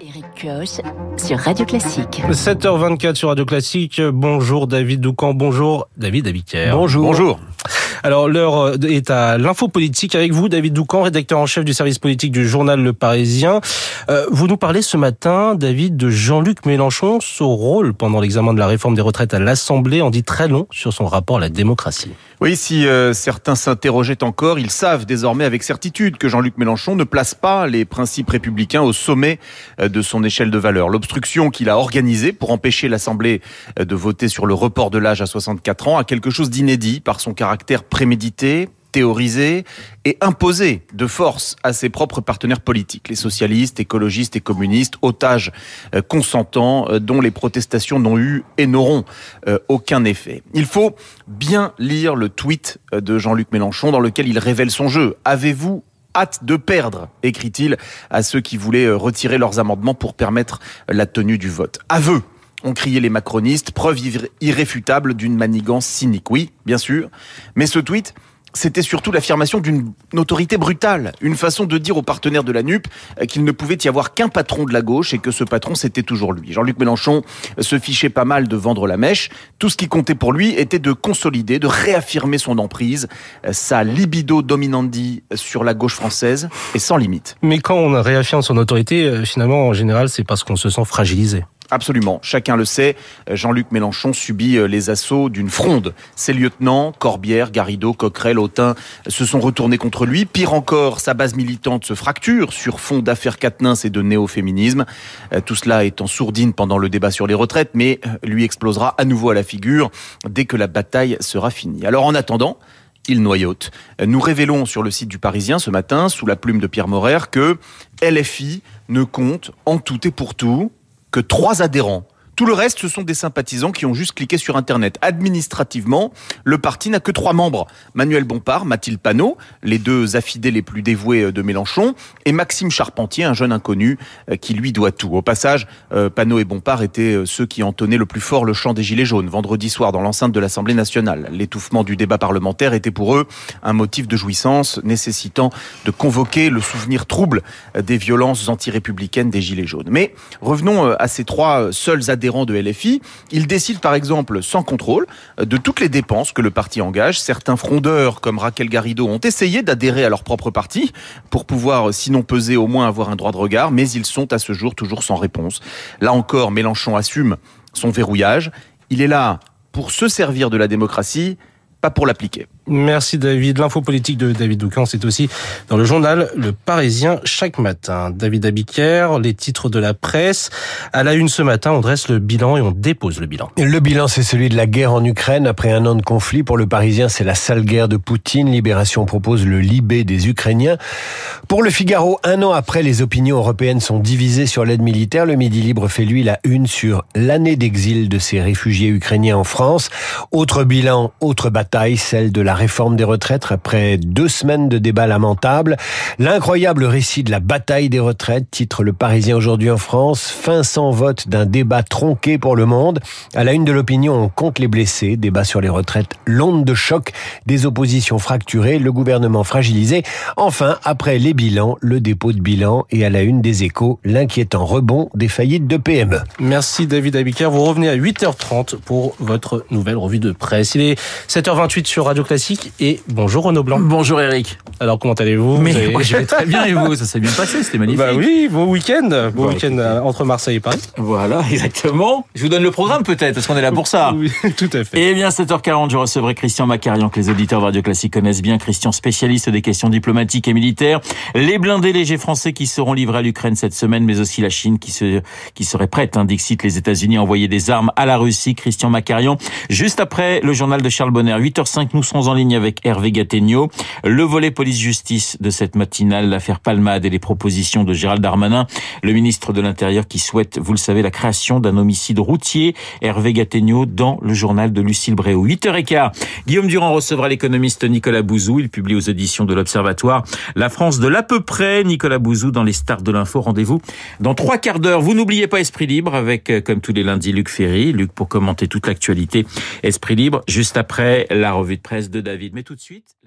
Éric Pioche sur Radio Classique. 7h24 sur Radio Classique. Bonjour David Doucan, bonjour David Abiquière. Bonjour. Alors l'heure est à l'info politique avec vous, David Doucan, rédacteur en chef du service politique du journal Le Parisien. Vous nous parlez ce matin, David, de Jean-Luc Mélenchon. Son rôle pendant l'examen de la réforme des retraites à l'Assemblée en dit très long sur son rapport à la démocratie. Oui, si certains s'interrogeaient encore, ils savent désormais avec certitude que Jean-Luc Mélenchon ne place pas les principes républicains au sommet de son échelle de valeur. L'obstruction qu'il a organisée pour empêcher l'Assemblée de voter sur le report de l'âge à 64 ans a quelque chose d'inédit par son caractère prémédité, théorisé et imposé de force à ses propres partenaires politiques, les socialistes, écologistes et communistes, otages consentants dont les protestations n'ont eu et n'auront aucun effet. Il faut bien lire le tweet de Jean-Luc Mélenchon dans lequel il révèle son jeu. Avez-vous hâte de perdre, écrit-il à ceux qui voulaient retirer leurs amendements pour permettre la tenue du vote. Aveu, ont crié les macronistes, preuve irréfutable d'une manigance cynique. Oui, bien sûr, mais ce tweet, c'était surtout l'affirmation d'une autorité brutale, une façon de dire aux partenaires de la NUP qu'il ne pouvait y avoir qu'un patron de la gauche et que ce patron c'était toujours lui. Jean-Luc Mélenchon se fichait pas mal de vendre la mèche. Tout ce qui comptait pour lui était de consolider, de réaffirmer son emprise, sa libido dominandi sur la gauche française et sans limite. Mais quand on réaffirme son autorité, finalement en général c'est parce qu'on se sent fragilisé. Absolument. Chacun le sait, Jean-Luc Mélenchon subit les assauts d'une fronde. Ses lieutenants, Corbière, Garrido, Coquerel, Autain, se sont retournés contre lui. Pire encore, sa base militante se fracture sur fond d'affaires Quatennens et de néo-féminisme. Tout cela est en sourdine pendant le débat sur les retraites, mais lui explosera à nouveau à la figure dès que la bataille sera finie. Alors en attendant, il noyote. Nous révélons sur le site du Parisien ce matin, sous la plume de Pierre Morer, que LFI ne compte en tout et pour tout que 3 adhérents. Tout le reste, ce sont des sympathisants qui ont juste cliqué sur Internet. Administrativement, le parti n'a que 3 membres. Manuel Bompard, Mathilde Panot, les 2 affidés les plus dévoués de Mélenchon, et Maxime Charpentier, un jeune inconnu qui lui doit tout. Au passage, Panot et Bompard étaient ceux qui entonnaient le plus fort le chant des Gilets jaunes vendredi soir dans l'enceinte de l'Assemblée nationale. L'étouffement du débat parlementaire était pour eux un motif de jouissance nécessitant de convoquer le souvenir trouble des violences anti-républicaines des Gilets jaunes. Mais revenons à ces 3 seuls adhérents de LFI, ils décident par exemple sans contrôle de toutes les dépenses que le parti engage. Certains frondeurs comme Raquel Garrido ont essayé d'adhérer à leur propre parti pour pouvoir, sinon peser, au moins avoir un droit de regard, mais ils sont à ce jour toujours sans réponse. Là encore, Mélenchon assume son verrouillage. Il est là pour se servir de la démocratie, pas pour l'appliquer. Merci David. L'info politique de David Doucan, c'est aussi dans le journal Le Parisien chaque matin. David Abiquière, les titres de la presse. À la une ce matin, on dresse le bilan et on dépose le bilan. Le bilan, c'est celui de la guerre en Ukraine. Après 1 an de conflit, pour Le Parisien, c'est la sale guerre de Poutine. Libération propose le Libé des Ukrainiens. Pour Le Figaro, 1 an après, les opinions européennes sont divisées sur l'aide militaire. Le Midi Libre fait, lui, la une sur l'année d'exil de ces réfugiés ukrainiens en France. Autre bilan, autre bataille, celle de la réforme des retraites après 2 semaines de débats lamentables. L'incroyable récit de la bataille des retraites, titre Le Parisien aujourd'hui en France. Fin sans vote d'un débat tronqué pour Le Monde. À la une de l'opinion, on compte les blessés. Débat sur les retraites, l'onde de choc, des oppositions fracturées, le gouvernement fragilisé. Enfin, après les bilans, le dépôt de bilan et à la une des Échos, l'inquiétant rebond des faillites de PME. Merci David Abiquière. Vous revenez à 8h30 pour votre nouvelle revue de presse. Il est 7h28 sur Radio Classique et bonjour Renaud Blanc. Bonjour Eric. Alors comment allez-vous? Mais je vais très bien et vous? Ça s'est bien passé, c'était magnifique. Bah oui, beau week-end entre Marseille et Paris. Voilà, exactement. Je vous donne le programme peut-être, parce qu'on est là pour ça. Oui, tout à fait. Eh bien, 7h40, je recevrai Christian Macarian, que les auditeurs de Radio Classique connaissent bien. Christian, spécialiste des questions diplomatiques et militaires. Les blindés légers français qui seront livrés à l'Ukraine cette semaine, mais aussi la Chine qui serait prête, dixit les États-Unis à envoyer des armes à la Russie. Christian Macarian. Juste après le journal de Charles Bonner, 8h05, nous serons en ligne avec Hervé Gattegno. Le volet police-justice de cette matinale, l'affaire Palmade et les propositions de Gérald Darmanin, le ministre de l'Intérieur qui souhaite, vous le savez, la création d'un homicide routier. Hervé Gattegno dans le journal de Lucille Bréau. 8h15, Guillaume Durand recevra l'économiste Nicolas Bouzou. Il publie aux éditions de l'Observatoire La France de l'à peu près. Nicolas Bouzou dans les stars de l'info. Rendez-vous dans 3 quarts d'heure. Vous n'oubliez pas Esprit Libre avec, comme tous les lundis, Luc Ferry. Luc pour commenter toute l'actualité. Esprit Libre, juste après la revue de presse de David. Mais tout de suite...